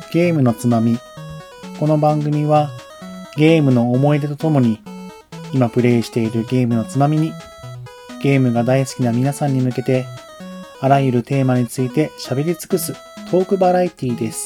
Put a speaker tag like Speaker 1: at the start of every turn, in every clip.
Speaker 1: ゲームのつまみ。この番組はゲームの思い出とともに今プレイしているゲームのつまみにゲームが大好きな皆さんに向けてあらゆるテーマについて喋り尽くすトークバラエティです。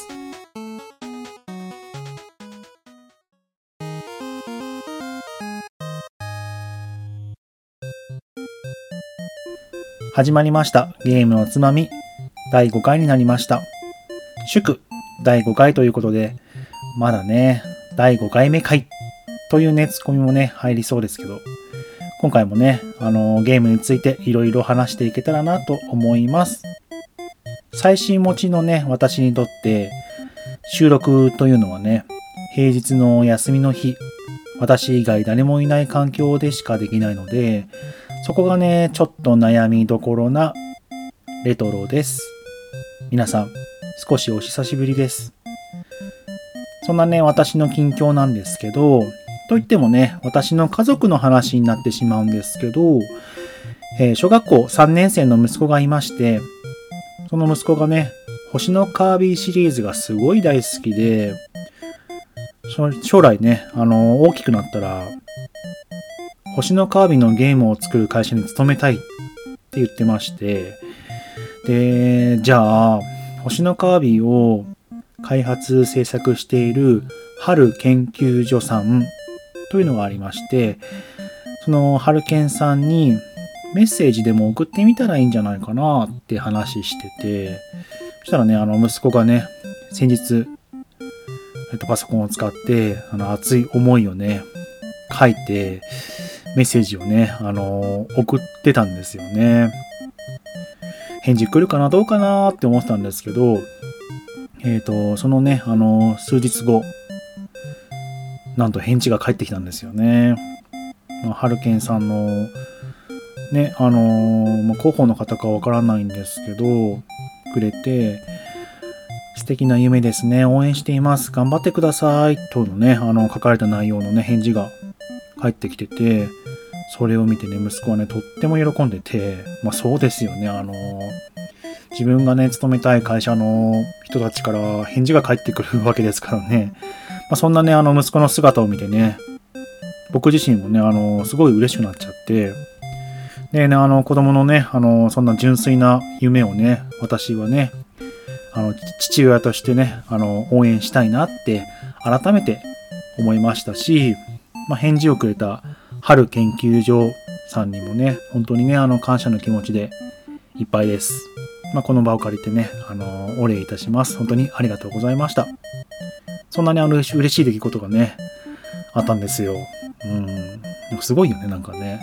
Speaker 1: 始まりましたゲームのつまみ第5回になりました。祝第5回ということでまだね第5回目回というねツッコミもね入りそうですけど、今回もねゲームについていろいろ話していけたらなと思います。最新持ちのね私にとって収録というのはね平日の休みの日、私以外誰もいない環境でしかできないので、そこがねちょっと悩みどころなレトロです。皆さん少しお久しぶりです。そんなね私の近況なんですけど、といってもね私の家族の話になってしまうんですけど、小学校3年生の息子がいまして、その息子がね星のカービィシリーズがすごい大好きで、将来ね大きくなったら星のカービィのゲームを作る会社に勤めたいって言ってまして、でじゃあ星のカービィを開発制作している春研究所さんというのがありまして、その春研さんにメッセージでも送ってみたらいいんじゃないかなって話してて、そしたらね息子がね先日パソコンを使って熱い思いをね書いてメッセージをね送ってたんですよね。返事来るかなどうかなって思ってたんですけど、そのね数日後なんと返事が返ってきたんですよね。春健さんのね広報の方かわからないんですけどくれて、素敵な夢ですね、応援しています、頑張ってくださいとのね書かれた内容のね返事が返ってきてて、それを見てね息子はねとっても喜んでて、そうですよね、自分がね勤めたい会社の人たちから返事が返ってくるわけですからね、そんなね息子の姿を見てね僕自身もねすごい嬉しくなっちゃって、でね子供のねそんな純粋な夢をね私はね父親としてね応援したいなって改めて思いましたし、返事をくれた春研究所さんにもね本当にね感謝の気持ちでいっぱいです。この場を借りてねお礼いたします。本当にありがとうございました。そんなに嬉しい出来事がねあったんですよ。すごいよねなんかね。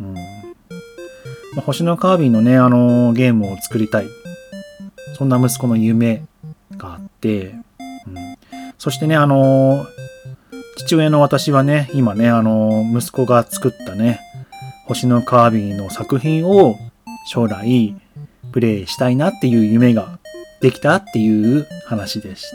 Speaker 1: 星のカービィのねゲームを作りたい、そんな息子の夢があって、そしてね父親の私はね今ね息子が作ったね星のカービィの作品を将来プレイしたいなっていう夢ができたっていう話でした。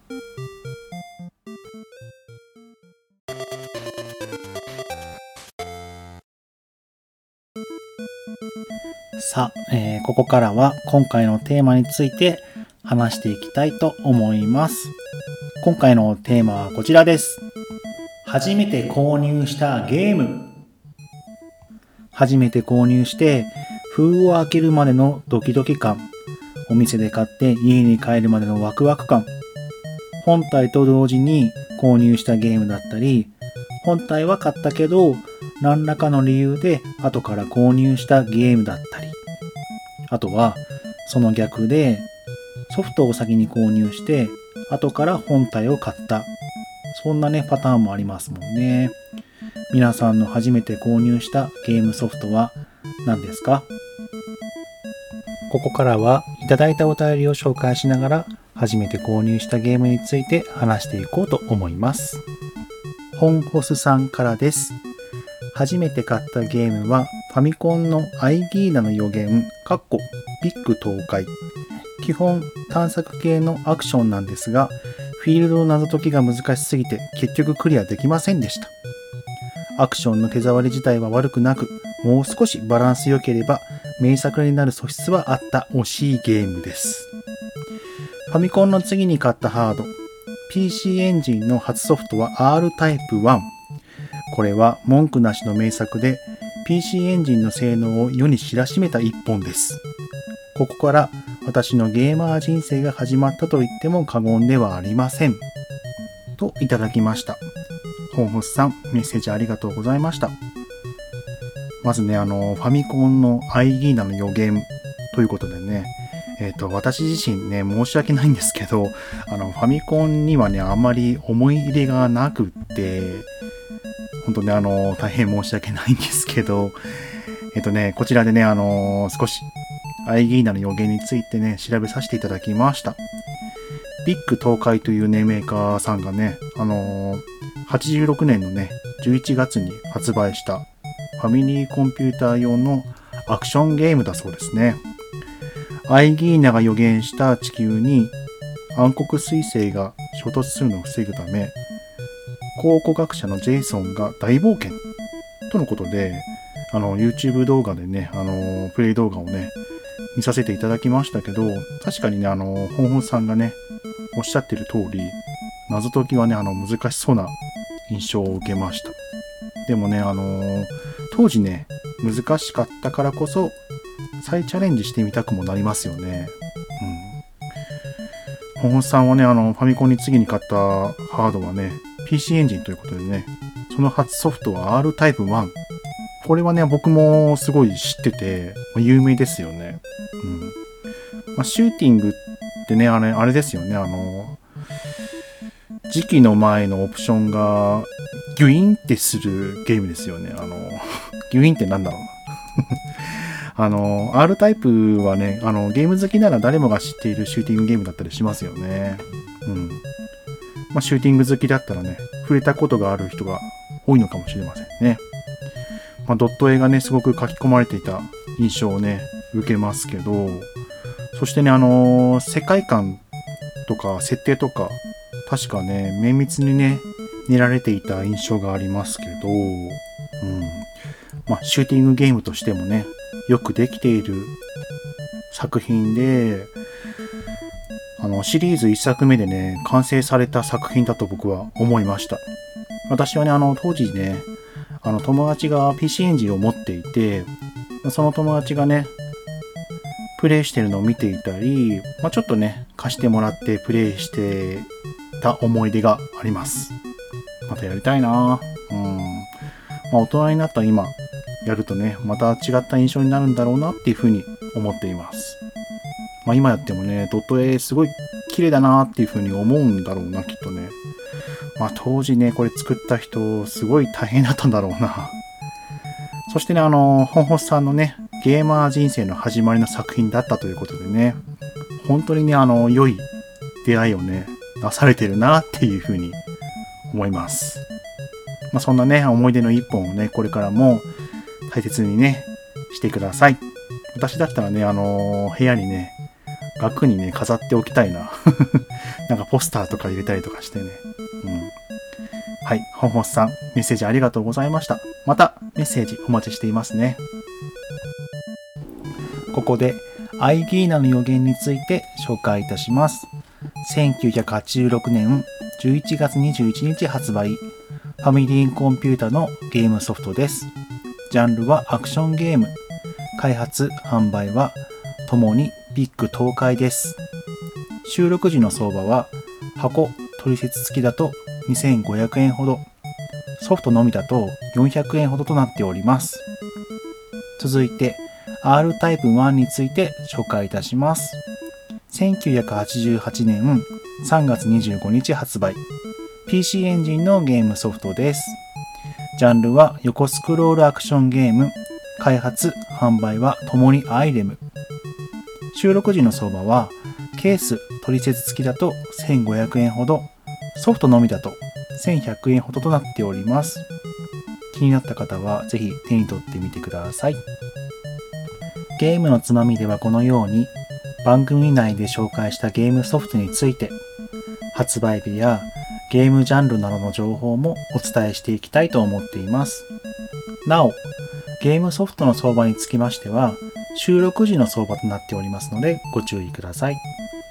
Speaker 1: さあ、ここからは今回のテーマについて話していきたいと思います。今回のテーマはこちらです。初めて購入したゲーム。初めて購入して封を開けるまでのドキドキ感、お店で買って家に帰るまでのワクワク感、本体と同時に購入したゲームだったり、本体は買ったけど何らかの理由で後から購入したゲームだったり、あとはその逆でソフトを先に購入して後から本体を買った、そんなねパターンもありますもんね。皆さんの初めて購入したゲームソフトは何ですか？ここからはいただいたお便りを紹介しながら初めて購入したゲームについて話していこうと思います。本ホスさんからです。初めて買ったゲームはファミコンのアイギーナの予言ビッグ東海。基本探索系のアクションなんですが、フィールドの謎解きが難しすぎて結局クリアできませんでした。アクションの手触り自体は悪くなく、もう少しバランス良ければ名作になる素質はあった惜しいゲームです。 ファミコンの次に買ったハード、PC エンジンの初ソフトは R タイプ1。これは文句なしの名作で、PC エンジンの性能を世に知らしめた一本です。ここから私のゲーマー人生が始まったと言っても過言ではありません。といただきました。本星さん、メッセージありがとうございました。まずね、ファミコンのアイギーナの予言ということでね、私自身ね、申し訳ないんですけど、ファミコンにはね、あまり思い入れがなくって、本当ね、大変申し訳ないんですけど、こちらでね、少し、アイギーナの予言についてね、調べさせていただきました。ビッグ東海というね、メーカーさんがね、86年のね、11月に発売したファミリーコンピューター用のアクションゲームだそうですね。アイギーナが予言した地球に暗黒彗星が衝突するのを防ぐため、考古学者のジェイソンが大冒険とのことで、YouTube 動画でね、プレイ動画をね、見させていただきましたけど、確かにね、本本さんがね、おっしゃってる通り、謎解きはね、難しそうな印象を受けました。でもね、当時ね、難しかったからこそ、再チャレンジしてみたくもなりますよね。本本さんはね、ファミコンに次に買ったハードはね、PC エンジンということでね、その初ソフトは R タイプ1。これはね、僕もすごい知ってて、有名ですよね。シューティングってね、あれですよね、時期の前のオプションがギュインってするゲームですよね。ギュインってなんだろうな。R タイプはね、ゲーム好きなら誰もが知っているシューティングゲームだったりしますよね。シューティング好きだったらね、触れたことがある人が多いのかもしれませんね。ドット絵がね、すごく書き込まれていた印象をね、受けますけど、そしてね、世界観とか設定とか、確かね、綿密にね、練られていた印象がありますけど、シューティングゲームとしてもね、よくできている作品で、シリーズ1作目でね、完成された作品だと僕は思いました。私はね、当時ね、友達が PC エンジンを持っていて、その友達がね、プレイしてるのを見ていたり、ちょっとね、貸してもらってプレイしてた思い出があります。またやりたいな大人になった今、やるとね、また違った印象になるんだろうなっていうふうに思っています。今やってもね、ドット絵すごい綺麗だなっていうふうに思うんだろうな、きっとね。当時ね、これ作った人、すごい大変だったんだろうな。そしてね、本星さんのね、ゲーマー人生の始まりの作品だったということでね、本当にね、良い出会いをね、なされてるなっていうふうに思います。そんなね、思い出の一本をね、これからも大切にね、してください。私だったらね、部屋にね、額にね、飾っておきたいな。なんかポスターとか入れたりとかしてね。はい、本星さん、メッセージありがとうございました。またメッセージお待ちしていますね。ここでアイギーナの予言について紹介いたします。1986年11月21日発売。ファミリーコンピュータのゲームソフトです。ジャンルはアクションゲーム。開発・販売はともにビッグ東海です。収録時の相場は箱取説付きだと2500円ほど、ソフトのみだと400円ほどとなっております。続いて R タイプ1について紹介いたします。1988年3月25日発売。PC エンジンのゲームソフトです。ジャンルは横スクロールアクションゲーム。開発・販売はともにアイレム。収録時の相場はケース取説付きだと1500円ほど、ソフトのみだと1100円ほどとなっております。気になった方はぜひ手に取ってみてください。ゲームのつまみではこのように番組内で紹介したゲームソフトについて発売日やゲームジャンルなどの情報もお伝えしていきたいと思っています。なお、ゲームソフトの相場につきましては収録時の相場となっておりますのでご注意ください。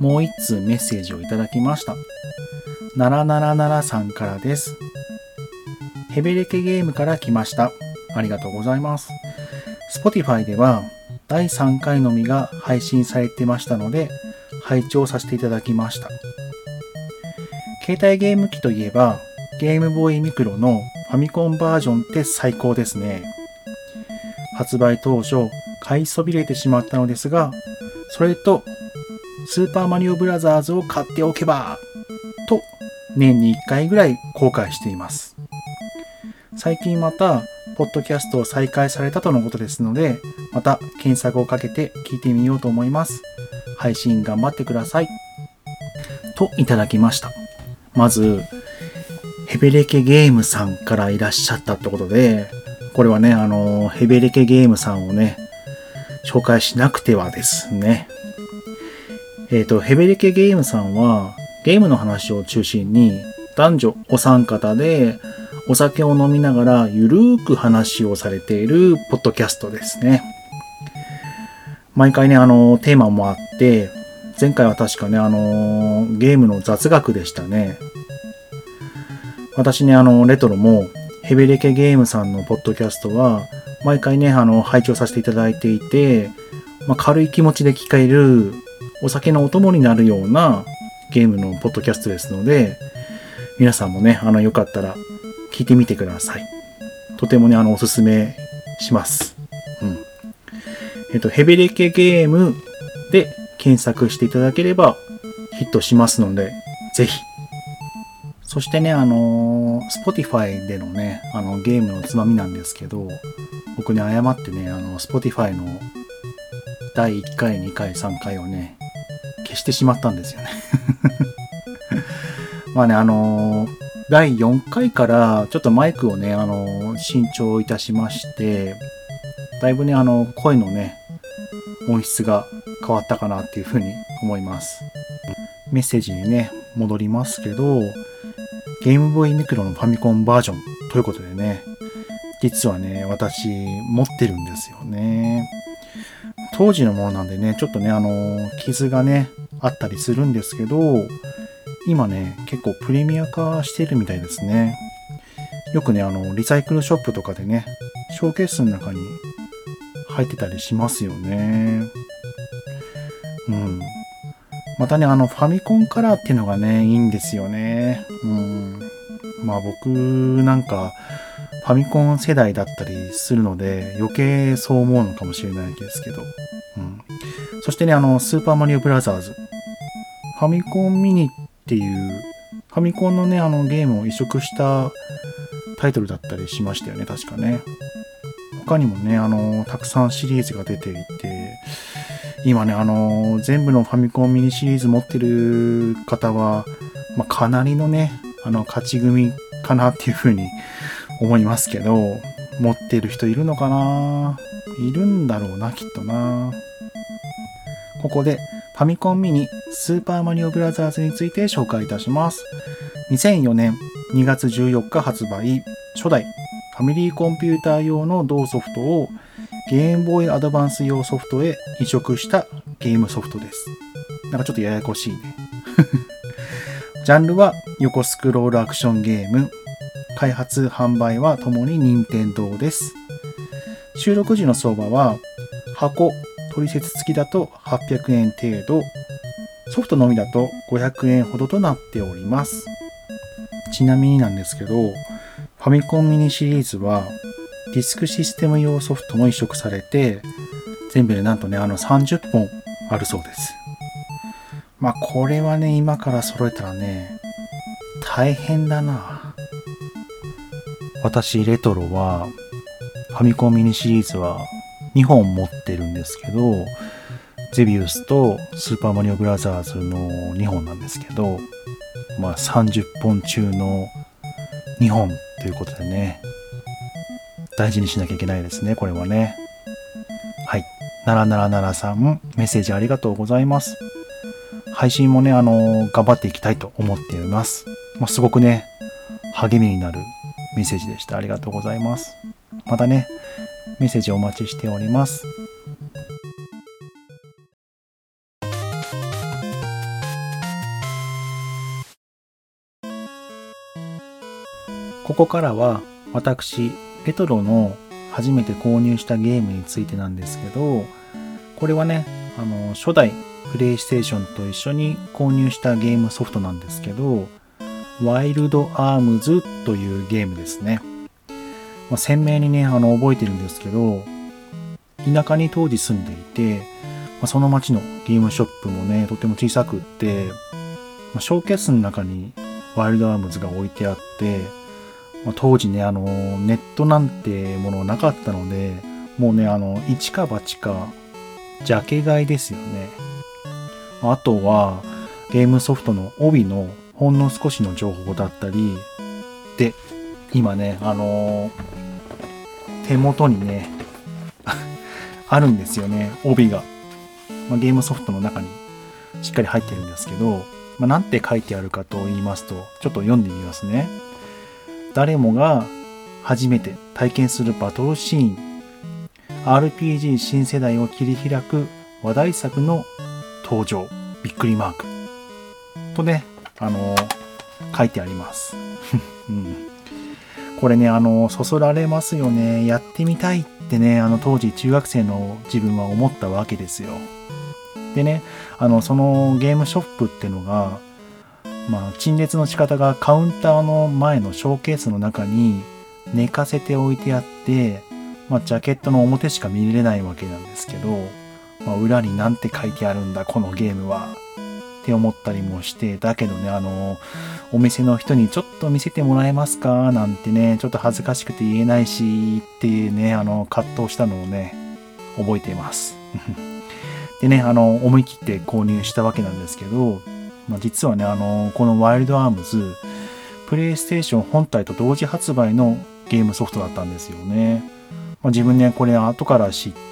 Speaker 1: もう一通メッセージをいただきました。777さんからです。ヘベレケゲームから来ました。ありがとうございます。Spotify では第3回のみが配信されてましたので、拝聴させていただきました。携帯ゲーム機といえば、ゲームボーイミクロのファミコンバージョンって最高ですね。発売当初、買いそびれてしまったのですが、それと、スーパーマリオブラザーズを買っておけば、と、年に1回ぐらい後悔しています。最近また、ポッドキャストを再開されたとのことですので、また検索をかけて聞いてみようと思います。配信頑張ってください。といただきました。まず、ヘベレケゲームさんからいらっしゃったってことで、これはね、ヘベレケゲームさんをね、紹介しなくてはですね。ヘベレケゲームさんは、ゲームの話を中心に、男女お三方で、お酒を飲みながらゆるーく話をされているポッドキャストですね。毎回ね、テーマもあって、前回は確かね、ゲームの雑学でしたね。私ね、レトロも、ヘベレケゲームさんのポッドキャストは、毎回ね、拝聴させていただいていて、軽い気持ちで聞ける、お酒のお供になるようなゲームのポッドキャストですので、皆さんもね、よかったら聞いてみてください。とてもね、おすすめします。ヘベレケゲームで検索していただければヒットしますので、ぜひ。そしてね、Spotify でのね、ゲームのつまみなんですけど、僕ね、誤ってね、Spotify の第1回、2回、3回をね、消してしまったんですよね。まあね、第4回からちょっとマイクをね、新調いたしまして、だいぶね、声のね、音質が変わったかなっていうふうに思います。メッセージにね、戻りますけど、ゲームボーイミクロのファミコンバージョンということでね、実はね、私持ってるんですよね。当時のものなんでね、ちょっとね、傷がね、あったりするんですけど、今ね、結構プレミア化してるみたいですね。よくね、リサイクルショップとかでね、ショーケースの中に入ってたりしますよね。またね、ファミコンカラーっていうのがね、いいんですよね。僕なんか、ファミコン世代だったりするので、余計そう思うのかもしれないですけど。そしてね、スーパーマリオブラザーズ。ファミコンミニっていう、ファミコンのね、ゲームを移植したタイトルだったりしましたよね、確かね。他にもね、たくさんシリーズが出ていて、今ね、全部のファミコンミニシリーズ持ってる方は、かなりのね、勝ち組かなっていうふうに思いますけど、持ってる人いるのかな？いるんだろうな、きっとな。ここで、ファミコンミニスーパーマリオブラザーズについて紹介いたします。2004年2月14日発売、初代ファミリーコンピューター用の同ソフトをゲームボーイアドバンス用ソフトへ移植したゲームソフトです。なんかちょっとややこしいね。ジャンルは横スクロールアクションゲーム。開発・販売はともに任天堂です。収録時の相場は箱、取説付きだと800円程度、ソフトのみだと500円ほどとなっております。ちなみになんですけど、ファミコンミニシリーズはディスクシステム用ソフトも移植されて、全部でなんとね、30本あるそうです。これはね、今から揃えたらね、大変だな。私、レトロは、ファミコンミニシリーズは2本持ってるんですけど、ゼビウスとスーパーマリオブラザーズの2本なんですけど、30本中の2本ということでね、大事にしなきゃいけないですね、これはね。はい。7773メッセージありがとうございます。配信もね、頑張っていきたいと思っています。すごくね、励みになるメッセージでした。ありがとうございます。またね、メッセージお待ちしております。 ここからは私、レトロの初めて購入したゲームについてなんですけど、これはね、初代プレイステーションと一緒に購入したゲームソフトなんですけど、ワイルドアームズというゲームですね。鮮明にね、覚えてるんですけど、田舎に当時住んでいて、その町のゲームショップもね、とても小さくって、ショーケースの中にワイルドアームズが置いてあって、当時ね、ネットなんてものなかったので、もうね、一か八か、ジャケ買いですよね。あとは、ゲームソフトの帯のほんの少しの情報だったり、で、今ね、手元にね、あるんですよね、帯が。ゲームソフトの中にしっかり入ってるんですけど、なんて書いてあるかと言いますと、ちょっと読んでみますね。誰もが初めて体験するバトルシーン、RPG 新世代を切り開く話題作の登場、びっくりマーク。とね、書いてあります。これね、そそられますよね。やってみたいってね、当時中学生の自分は思ったわけですよ。でね、そのゲームショップってのが、陳列の仕方がカウンターの前のショーケースの中に寝かせておいてあって、ジャケットの表しか見れないわけなんですけど、裏になんて書いてあるんだ、このゲームは。って思ったりもして、だけどね、お店の人にちょっと見せてもらえますかなんてね、ちょっと恥ずかしくて言えないし、っていうね、葛藤したのをね、覚えています。でね、思い切って購入したわけなんですけど、実はね、このワイルドアームズ、プレイステーション本体と同時発売のゲームソフトだったんですよね。自分ね、これ後から知って、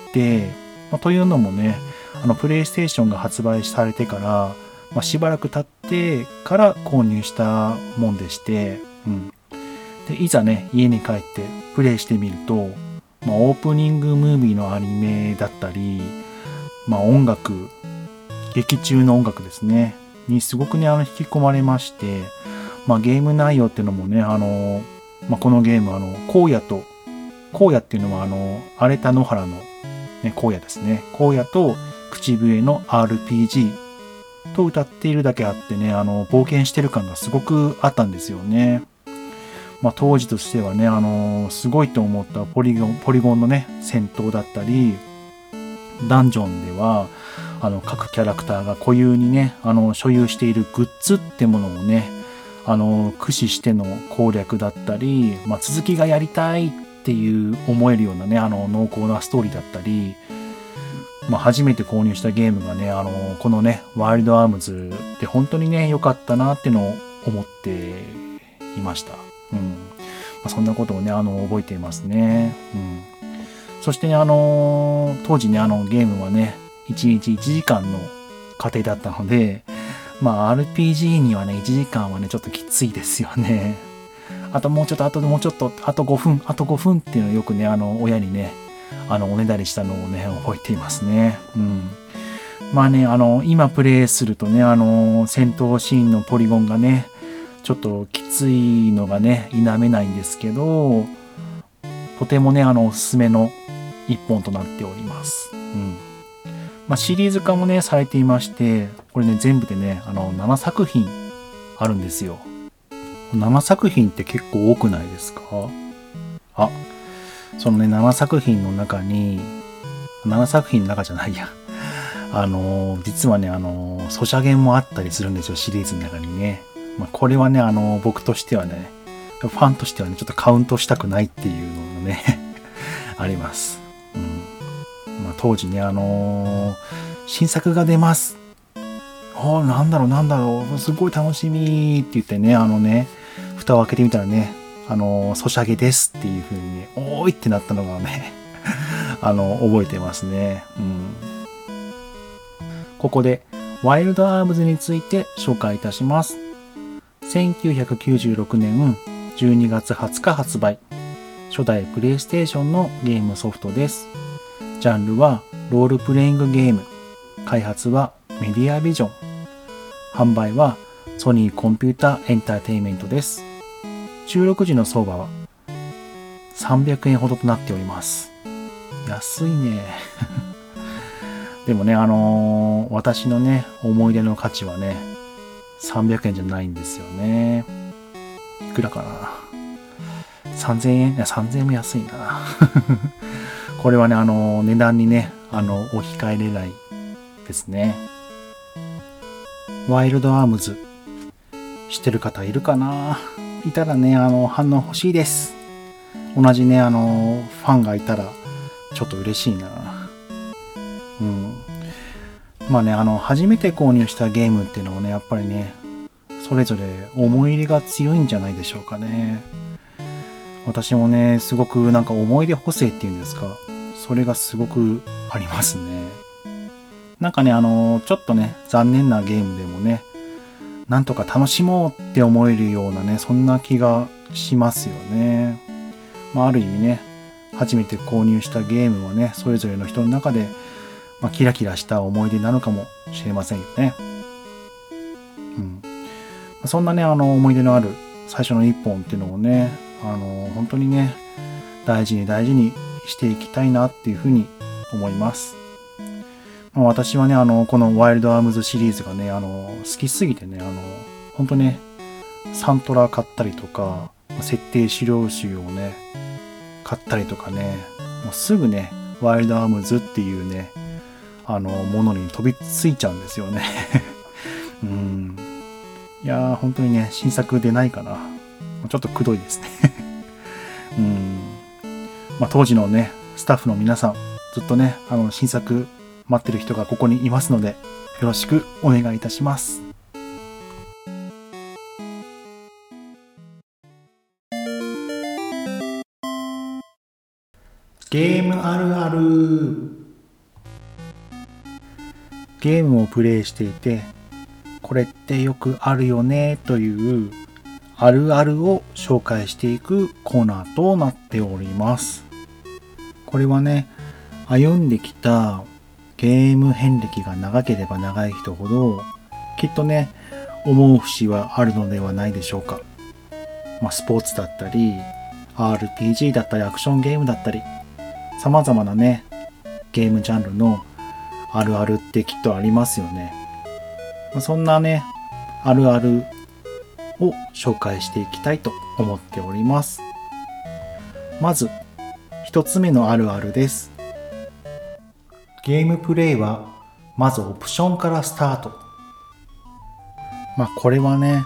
Speaker 1: というのもね、プレイステーションが発売されてから、しばらく経ってから購入したもんでして、で、いざね、家に帰ってプレイしてみると、オープニングムービーのアニメだったり、音楽、劇中の音楽ですね、にすごくね、引き込まれまして、ゲーム内容っていうのもね、このゲーム、荒野っていうのは荒れた野原の、ね、荒野ですね。荒野と口笛の RPG と歌っているだけあってね、冒険してる感がすごくあったんですよね。当時としてはね、すごいと思ったポリゴンのね、戦闘だったり、ダンジョンでは、各キャラクターが固有にね、所有しているグッズってものをね、駆使しての攻略だったり、続きがやりたいっていう思えるようなね、濃厚なストーリーだったり、初めて購入したゲームがね、このね、ワイルドアームズって本当にね、良かったなってのを思っていました。そんなことをね、覚えていますね。そしてね、当時ね、ゲームはね、1日1時間の過程だったので、RPG にはね、1時間はね、ちょっときついですよね。あともうちょっと、あと5分っていうのをよくね、親にね、おねだりしたのをね、覚えていますね。今プレイするとね、戦闘シーンのポリゴンがね、ちょっときついのがね、否めないんですけど、とてもね、おすすめの一本となっております。シリーズ化もね、されていまして、これね、全部でね、7作品あるんですよ。7作品って結構多くないですか？そのね、7作品の中に、7作品の中じゃないや。実はね、ソシャゲもあったりするんですよ、シリーズの中にね。これはね、僕としてはね、ファンとしてはね、ちょっとカウントしたくないっていうのがね、あります。当時ね、新作が出ます。なんだろう、すごい楽しみって言ってね、蓋を開けてみたらね、ソシャゲですっていう風にね、おーいってなったのがね、覚えてますね。ここで、ワイルドアームズについて紹介いたします。1996年12月20日発売。初代プレイステーションのゲームソフトです。ジャンルはロールプレイングゲーム。開発はメディアビジョン。販売はソニーコンピュータエンターテイメントです。 16時の相場は300円ほどとなっております。安いね。でもね、私のね、思い出の価値はね、300円じゃないんですよね。いくらかな。3000円？いや、3000円も安いな。これはね、値段にね、置き換えれないですね。ワイルドアームズ、知ってる方いるかな？いたらね、反応欲しいです。同じね、ファンがいたら、ちょっと嬉しいな。うん。まあね、初めて購入したゲームっていうのはね、やっぱりね、それぞれ思い入れが強いんじゃないでしょうかね。私もね、すごくなんか思い出補正っていうんですか、それがすごくありますね。なんかね、ちょっとね、残念なゲームでもね、なんとか楽しもうって思えるようなね、そんな気がしますよね。まあ、ある意味ね、初めて購入したゲームはね、それぞれの人の中で、まあ、キラキラした思い出なのかもしれませんよね。うん。そんなね、思い出のある最初の一本っていうのをね、本当にね、大事に大事にしていきたいなっていうふうに思います。まあ、私はね、このワイルドアームズシリーズがね、好きすぎてね、本当ね、サントラ買ったりとか、設定資料集をね、買ったりとかね、もうすぐね、ワイルドアームズっていうね、ものに飛びついちゃうんですよね。いやー、本当にね、新作出ないかな。ちょっとくどいですね。まあ、当時のね、スタッフの皆さん、ずっとね、新作待ってる人がここにいますので、よろしくお願いいたします。ゲームあるある。ゲームをプレイしていて、これってよくあるよねというあるあるを紹介していくコーナーとなっております。これはね、歩んできたゲーム遍歴が長ければ長い人ほど、きっとね、思う節はあるのではないでしょうか。まあ、スポーツだったり、RPG だったり、アクションゲームだったり、様々なね、ゲームジャンルのあるあるってきっとありますよね。そんなね、あるあるを紹介していきたいと思っております。まず、一つ目のあるあるです。ゲームプレイは、まずオプションからスタート。まあ、これはね、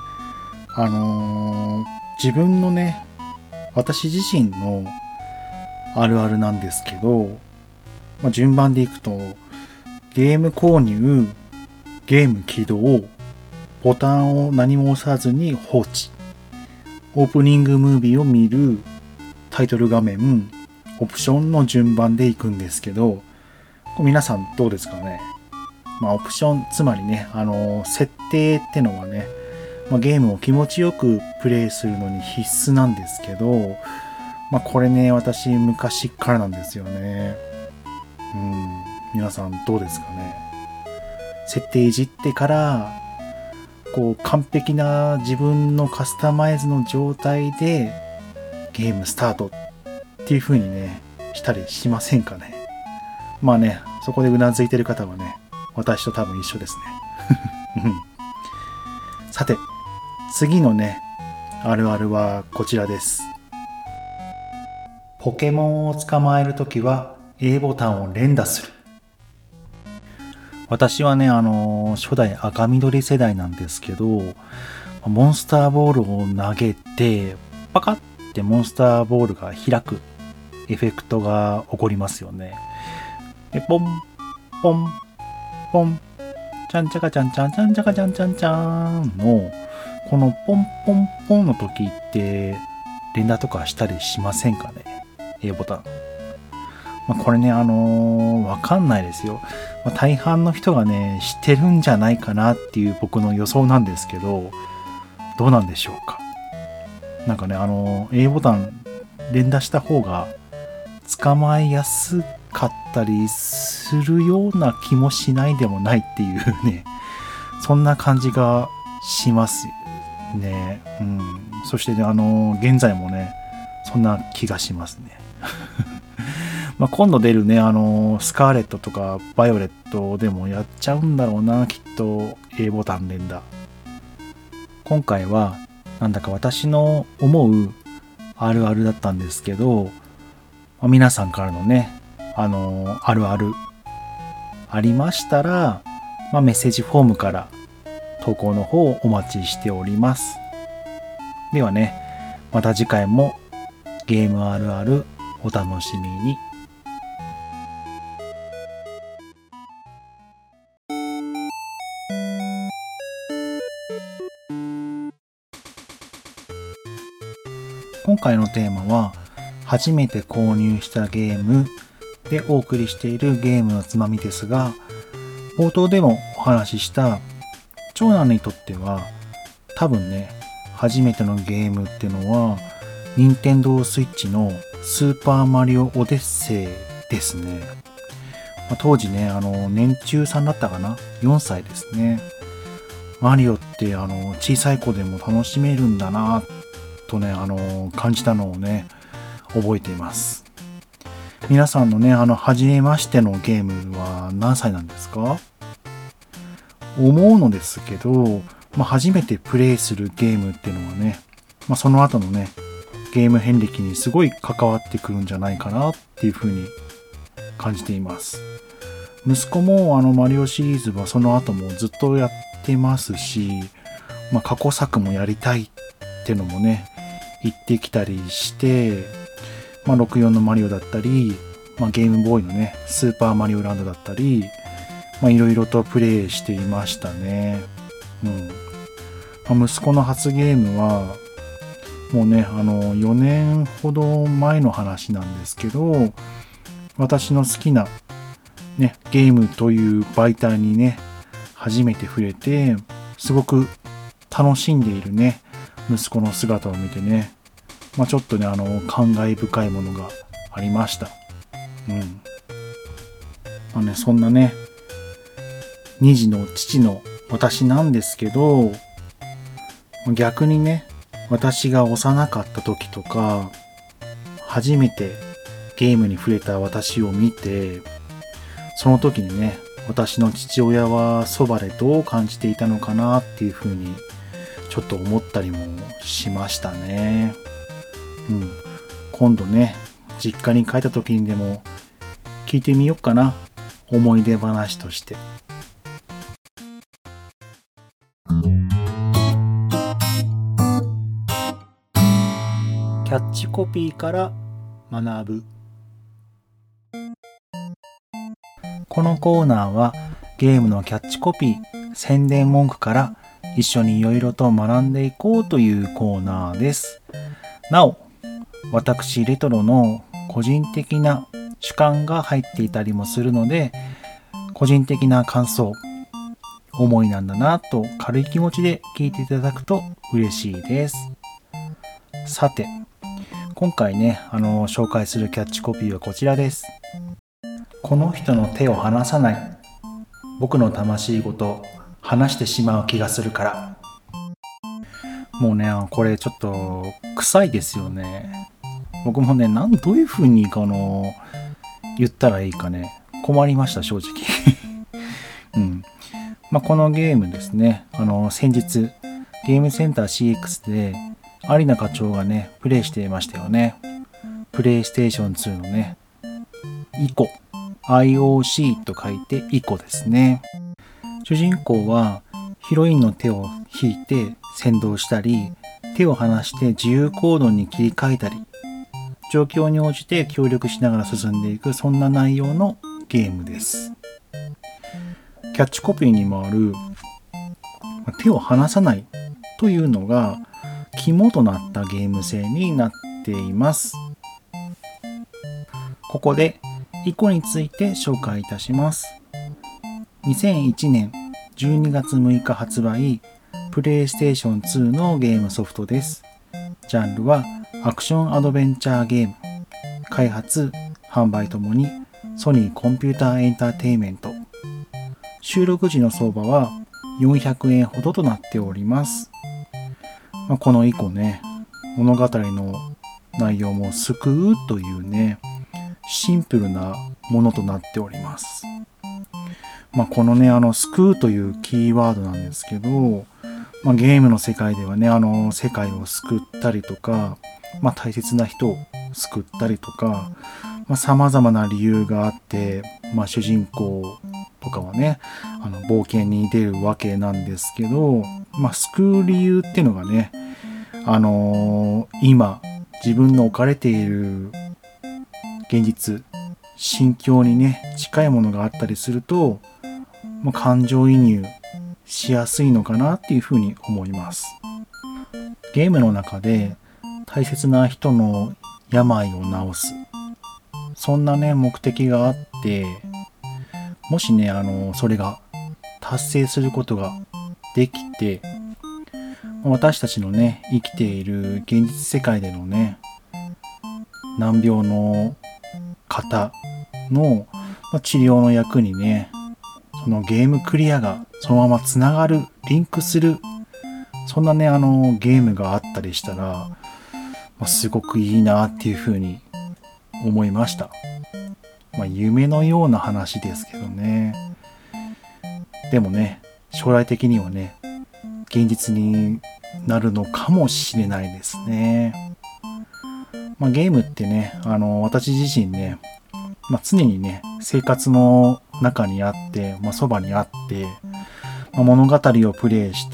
Speaker 1: 自分のね、私自身のあるあるなんですけど、まあ、順番でいくと、ゲーム購入、ゲーム起動、ボタンを何も押さずに放置、オープニングムービーを見る、タイトル画面、オプションの順番でいくんですけど、皆さんどうですかね。まあ、オプション、つまりね、設定ってのはね、まあ、ゲームを気持ちよくプレイするのに必須なんですけど、まあ、これね、私昔からなんですよね。皆さんどうですかね。設定いじってから、こう完璧な自分のカスタマイズの状態でゲームスタートっていう風にね、したりしませんかね。まあね、そこでうなずいてる方はね、私と多分一緒ですね。さて、次のね、あるあるはこちらです。ポケモンを捕まえるときは A ボタンを連打する。私はね、初代赤緑世代なんですけど、モンスターボールを投げて、パカッってモンスターボールが開くエフェクトが起こりますよね。で、ポン、ポン、ポン、ちゃんちゃかちゃんちゃんちゃんちゃかちゃんちゃんちゃんの、このポンポンポンの時って、連打とかしたりしませんかね？ A ボタン。まあ、これね、わかんないですよ。まあ、大半の人がね、知ってるんじゃないかなっていう僕の予想なんですけど、どうなんでしょうか。なんかね、A ボタン連打した方が捕まえやすかったりするような気もしないでもないっていうね、そんな感じがしますね。そしてね、現在もね、そんな気がしますね。今度出るね、スカーレットとかバイオレットでもやっちゃうんだろうな、きっと A ボタン連打。今回は、なんだか私の思うあるあるだったんですけど、皆さんからのね、あるあるありましたら、メッセージフォームから投稿の方をお待ちしております。ではね、また次回もゲームあるあるお楽しみに。今回のテーマは、初めて購入したゲームでお送りしているゲームのつまみですが、冒頭でもお話しした長男にとっては多分ね、初めてのゲームってのは任天堂スイッチのスーパーマリオオデッセイですね。当時ね、年中さんだったかな、4歳ですね。マリオって小さい子でも楽しめるんだなとね、感じたのをね、覚えています。皆さんのね、初めましてのゲームは何歳なんですか？思うのですけど、初めてプレイするゲームっていうのはね、その後のね、ゲーム遍歴にすごい関わってくるんじゃないかなっていうふうに感じています。息子もマリオシリーズはその後もずっとやってますし、過去作もやりたいっていうのもね、言ってきたりして、64のマリオだったり、ゲームボーイのね、スーパーマリオランドだったり、いろいろとプレイしていましたね。息子の初ゲームは、もうね、4年ほど前の話なんですけど、私の好きな、ね、ゲームという媒体にね、初めて触れて、すごく楽しんでいるね、息子の姿を見てね、ちょっとね、感慨深いものがありました。そんなね、2児の父の私なんですけど、逆にね、私が幼かった時とか、初めてゲームに触れた私を見て、その時にね、私の父親はそばでどう感じていたのかなっていうふうに、ちょっと思ったりもしましたね。今度ね、実家に帰った時にでも聞いてみようかな。思い出話として。キャッチコピーから学ぶ。このコーナーはゲームのキャッチコピー、宣伝文句から一緒にいろいろと学んでいこうというコーナーです。なお、私レトロの個人的な主観が入っていたりもするので、個人的な感想、思いなんだなと軽い気持ちで聞いていただくと嬉しいです。さて、今回ね、紹介するキャッチコピーはこちらです。この人の手を離さない。僕の魂ごと離してしまう気がするから。もうね、これちょっと臭いですよね。僕もね、どういう風に言ったらいいかね、困りました、正直。このゲームですね、先日、ゲームセンター CX で、有名課長がね、プレイしていましたよね。プレイステーション2のね、IOC と書いてイコですね。主人公はヒロインの手を引いて先導したり、手を離して自由行動に切り替えたり、状況に応じて協力しながら進んでいく、そんな内容のゲームです。キャッチコピーにもある手を離さないというのが肝となったゲーム性になっています。ここでイコについて紹介いたします。2001年12月6日発売、プレイステーション2のゲームソフトです。ジャンルはアクションアドベンチャーゲーム。開発、販売ともにソニーコンピューターエンターテインメント。収録時の相場は400円ほどとなっております。 この以降ね、物語の内容も救うというね、シンプルなものとなっております。このね、救うというキーワードなんですけど、ゲームの世界ではね、世界を救ったりとか、大切な人を救ったりとか、様々な理由があって、主人公とかはね、冒険に出るわけなんですけど、救う理由っていうのがね、今、自分の置かれている現実、心境にね、近いものがあったりすると、感情移入しやすいのかなっていうふうに思います。ゲームの中で大切な人の病を治す。そんなね、目的があって、もしね、それが達成することができて、私たちのね、生きている現実世界でのね、難病の方の治療の役にね、そのゲームクリアがそのままつながる、リンクする、そんなね、ゲームがあったりしたら、すごくいいなっていうふうに思いました。夢のような話ですけどね。でもね、将来的にはね、現実になるのかもしれないですね。ゲームってね、私自身ね、常にね、生活の中にあって、そばにあって、物語をプレイして、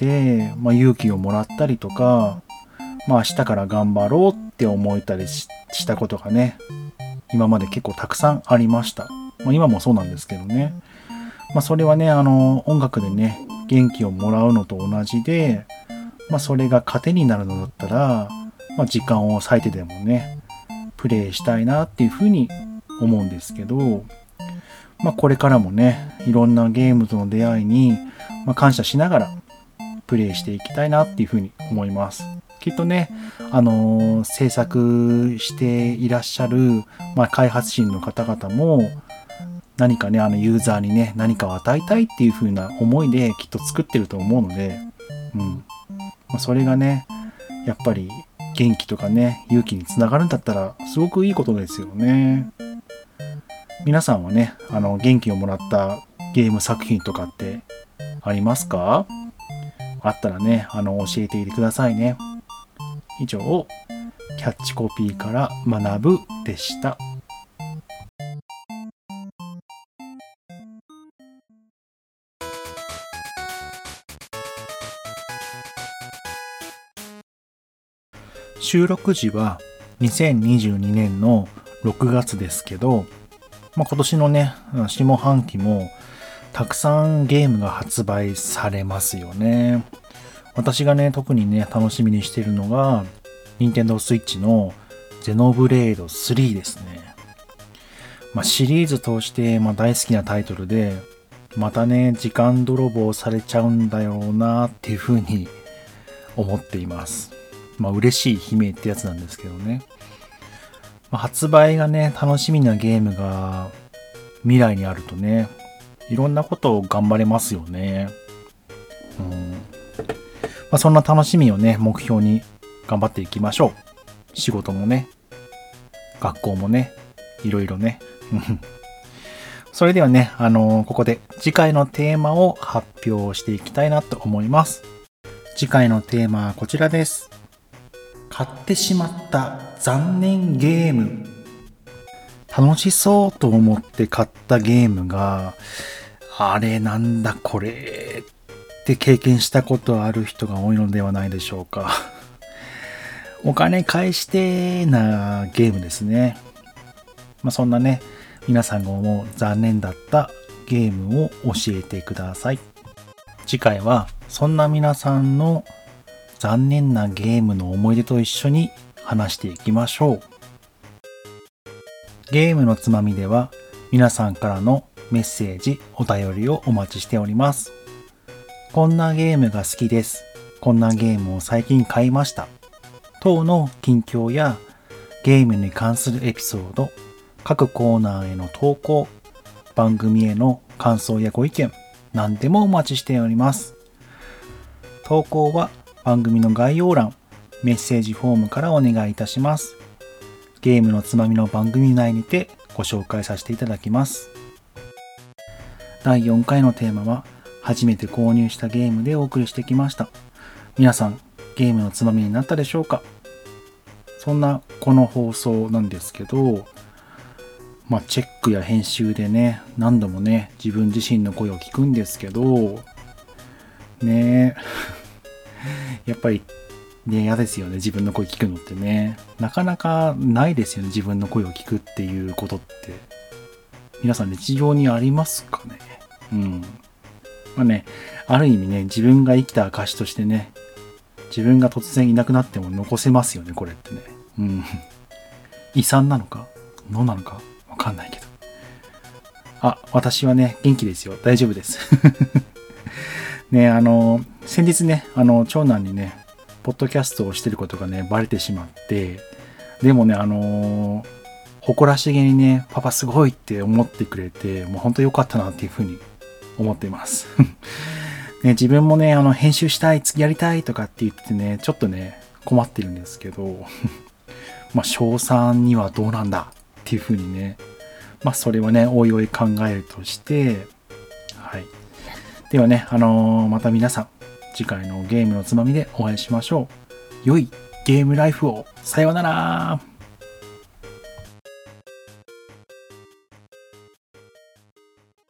Speaker 1: 勇気をもらったりとか、明日から頑張ろうって思えたりしたことがね、今まで結構たくさんありました。今もそうなんですけどね。それはね、音楽でね、元気をもらうのと同じで、それが糧になるのだったら、時間を割いてでもね、プレイしたいなっていうふうに思うんですけど、これからもね、いろんなゲームとの出会いに、感謝しながらプレイしていきたいなっていうふうに思います。きっとね、制作していらっしゃる、開発陣の方々も、何かね、ユーザーにね、何かを与えたいっていう風な思いできっと作ってると思うので、それがね、やっぱり元気とかね、勇気につながるんだったら、すごくいいことですよね。皆さんはね、元気をもらったゲーム作品とかってありますか？あったらね、教えていてくださいね。以上、キャッチコピーから学ぶでした。収録時は2022年の6月ですけど、今年のね、下半期もたくさんゲームが発売されますよね。私がね、特にね、楽しみにしているのが、Nintendo Switch のゼノブレード3ですね。シリーズ通して大好きなタイトルで、またね、時間泥棒されちゃうんだよなっていうふうに思っています。嬉しい悲鳴ってやつなんですけどね。発売がね、楽しみなゲームが未来にあるとね、いろんなことを頑張れますよね。そんな楽しみをね、目標に頑張っていきましょう。仕事もね、学校もね、いろいろね。それではね、ここで次回のテーマを発表していきたいなと思います。次回のテーマはこちらです。買ってしまった残念ゲーム。楽しそうと思って買ったゲームが、あれなんだこれって経験したことある人が多いのではないでしょうか。お金返してなゲームですね。そんなね、皆さんが思う残念だったゲームを教えてください。次回はそんな皆さんの残念なゲームの思い出と一緒に話していきましょう。ゲームのつまみでは皆さんからのメッセージ、お便りをお待ちしております。こんなゲームが好きです。こんなゲームを最近買いました。等の近況やゲームに関するエピソード、各コーナーへの投稿、番組への感想やご意見、何でもお待ちしております。投稿は番組の概要欄メッセージフォームからお願いいたします。ゲームのつまみの番組内にてご紹介させていただきます。第4回のテーマは初めて購入したゲームでお送りしてきました。皆さんゲームのつまみになったでしょうか？そんなこの放送なんですけど、チェックや編集でね、何度もね、自分自身の声を聞くんですけど、ねやっぱりね、嫌ですよね、自分の声聞くのってね。なかなかないですよね、自分の声を聞くっていうことって。皆さん日常にありますかね？ある意味ね、自分が生きた証としてね、自分が突然いなくなっても残せますよね、これってね。遺産なのかのなのかわかんないけど。私はね、元気ですよ。大丈夫です。ね、先日ね、長男にね、ポッドキャストをしてることがね、バレてしまって、でもね、誇らしげにね、パパすごいって思ってくれて、もう本当良かったなっていうふうに思っています。ね、自分もね、編集したい、次やりたいとかって言ってね、ちょっとね、困ってるんですけど、賞賛にはどうなんだっていうふうにね、それはね、おいおい考えるとして、はい。ではね、また皆さん、次回のゲームのつまみでお会いしましょう。良いゲームライフを。さようなら。